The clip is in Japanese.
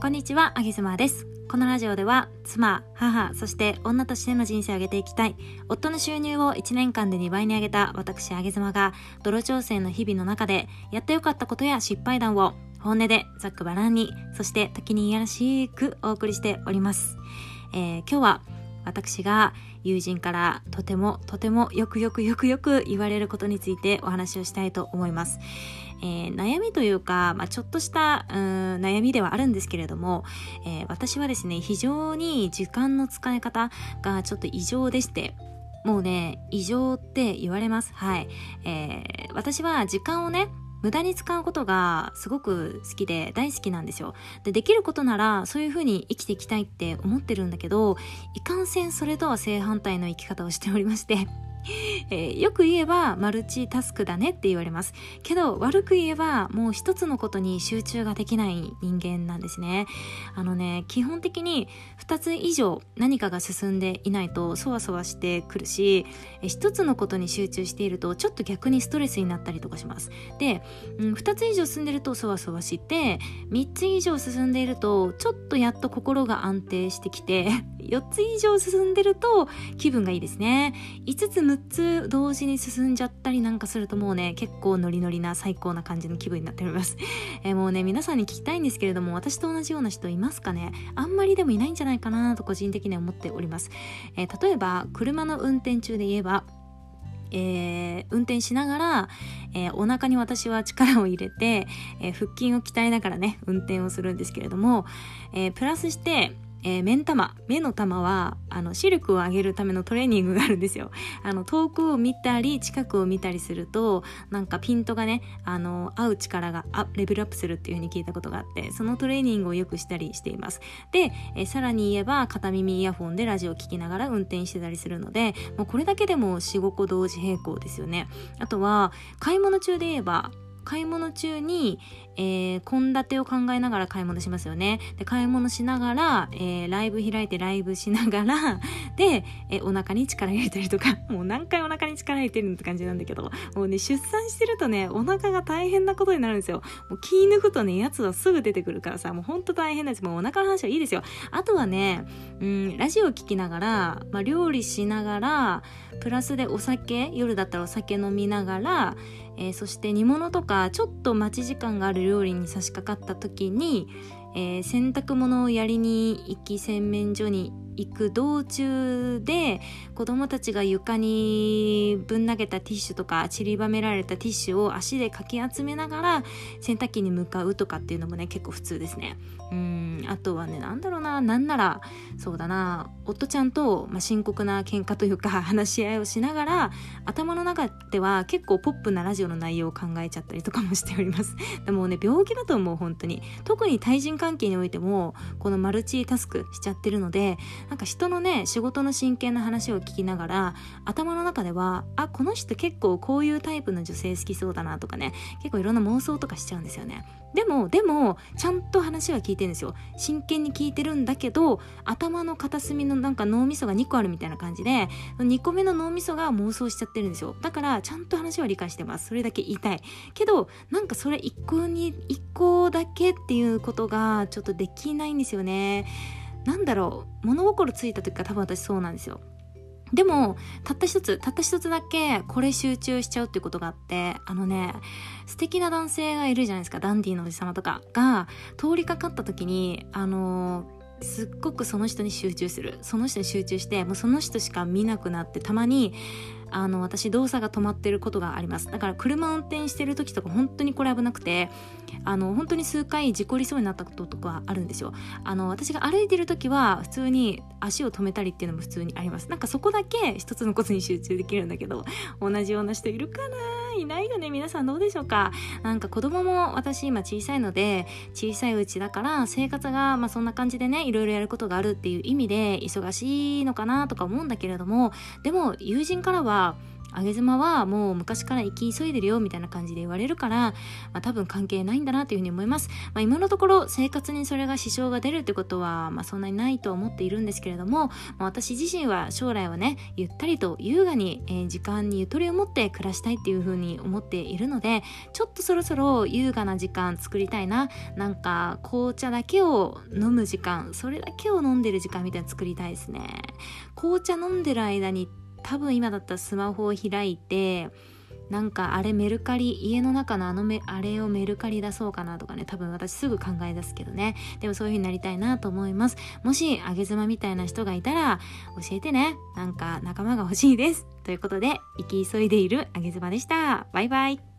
こんにちは、あげずまです。このラジオでは妻、母、そして女としての人生を上げていきたい、夫の収入を1年間で2倍に上げた私、あげずまが泥調整の日々の中でやってよかったことや失敗談を本音でざっくばらんに、そして時にいやらしくお送りしております。今日は私が友人からとてもよく言われることについてお話をしたいと思います。悩みというか、ちょっとした悩みではあるんですけれども、私はですね、非常に時間の使い方がちょっと異常でして、もうね、異常って言われます。はい。私は時間をね、無駄に使うことがすごく好きで大好きなんですよ。できることならそういう風に生きていきたいって思ってるんだけど、いかんせんそれとは正反対の生き方をしておりましてよく言えばマルチタスクだねって言われますけど、悪く言えばもう一つのことに集中ができない人間なんですね。基本的に2つ以上何かが進んでいないとそわそわしてくるし、一つのことに集中しているとちょっと逆にストレスになったりとかします。で、2つ以上進んでるとそわそわして、3つ以上進んでいるとちょっとやっと心が安定してきて4つ以上進んでると気分がいいですね。5つ6つ同時に進んじゃったりなんかするともうね、結構ノリノリな最高な感じの気分になっております。もうね、皆さんに聞きたいんですけれども、私と同じような人いますかね。あんまりでもいないんじゃないかなと個人的には思っております。例えば車の運転中で言えば、運転しながら、お腹に私は力を入れて、腹筋を鍛えながらね運転をするんですけれども、プラスして目の玉は視力を上げるためのトレーニングがあるんですよ。遠くを見たり近くを見たりするとなんかピントがね合う力がレベルアップするっていう風に聞いたことがあって、そのトレーニングをよくしたりしています。で、さらに言えば片耳イヤフォンでラジオを聞きながら運転してたりするので、もうこれだけでも 4,5 個同時並行ですよね。あとは買い物中で言えば、買い物中に献立を考えながら買い物しますよね。で、買い物しながら、ライブ開いてライブしながらで、お腹に力入れたりとか、もう何回お腹に力入れてるのって感じなんだけど、もうね、出産してるとね、お腹が大変なことになるんですよ。もう気抜くとね、やつはすぐ出てくるからさ、もうほんと大変なんです。もうお腹の話はいいですよ。あとはね、ラジオ聞きながら、料理しながら、プラスでお酒、夜だったらお酒飲みながら、そして煮物とかちょっと待ち時間がある料理に差し掛かった時に、洗濯物をやりに行き洗面所に行く道中で子供たちが床にぶん投げたティッシュとか散りばめられたティッシュを足でかき集めながら洗濯機に向かうとかっていうのもね、結構普通ですね。あとはね、なんならそうだな、夫ちゃんと、深刻な喧嘩というか話し合いをしながら頭の中では結構ポップなラジオの内容を考えちゃったりとかもしております。でもね、病気だと思う。本当に特に対人関係においてもこのマルチタスクしちゃってるので、なんか人のね、仕事の真剣な話を聞きながら頭の中では、この人結構こういうタイプの女性好きそうだなとかね、結構いろんな妄想とかしちゃうんですよね。でもちゃんと話は聞いてるんですよ。真剣に聞いてるんだけど、頭の片隅のなんか脳みそが2個あるみたいな感じで、2個目の脳みそが妄想しちゃってるんですよ。だからちゃんと話は理解してます。それだけ言いたいけど、なんかそれ1個だけっていうことがちょっとできないんですよね。物心ついた時から多分私そうなんですよ。でもたった一つだけこれ集中しちゃうっていうことがあって、素敵な男性がいるじゃないですか。ダンディーのおじさまとかが通りかかった時にすっごくその人に集中して、もうその人しか見なくなって、たまに私動作が止まってることがあります。だから車運転してる時とか本当にこれ危なくて、本当に数回事故りそうになったこととかあるんですよ。私が歩いてる時は普通に足を止めたりっていうのも普通にあります。なんかそこだけ一つのことに集中できるんだけど、同じような人いるかな？いないよね。皆さんどうでしょうか？なんか子供も私今小さいので、小さいうちだから生活がそんな感じでね、いろいろやることがあるっていう意味で忙しいのかなとか思うんだけれども、でも友人からは上げ妻はもう昔から生き急いでるよみたいな感じで言われるから、多分関係ないんだなというふうに思います。今のところ生活にそれが支障が出るってことは、そんなにないと思っているんですけれども、私自身は将来はね、ゆったりと優雅に、時間にゆとりを持って暮らしたいっていうふうに思っているので、ちょっとそろそろ優雅な時間作りたいな。なんか紅茶だけを飲む時間、それだけを飲んでる時間みたいなの作りたいですね。紅茶飲んでる間に多分今だったらスマホを開いて、なんかあれメルカリ、家の中のあれをメルカリ出そうかなとかね、多分私すぐ考え出すけどね。でもそういう風になりたいなと思います。もし上げ妻みたいな人がいたら教えてね。なんか仲間が欲しいです。ということで、生き急いでいる上げ妻でした。バイバイ。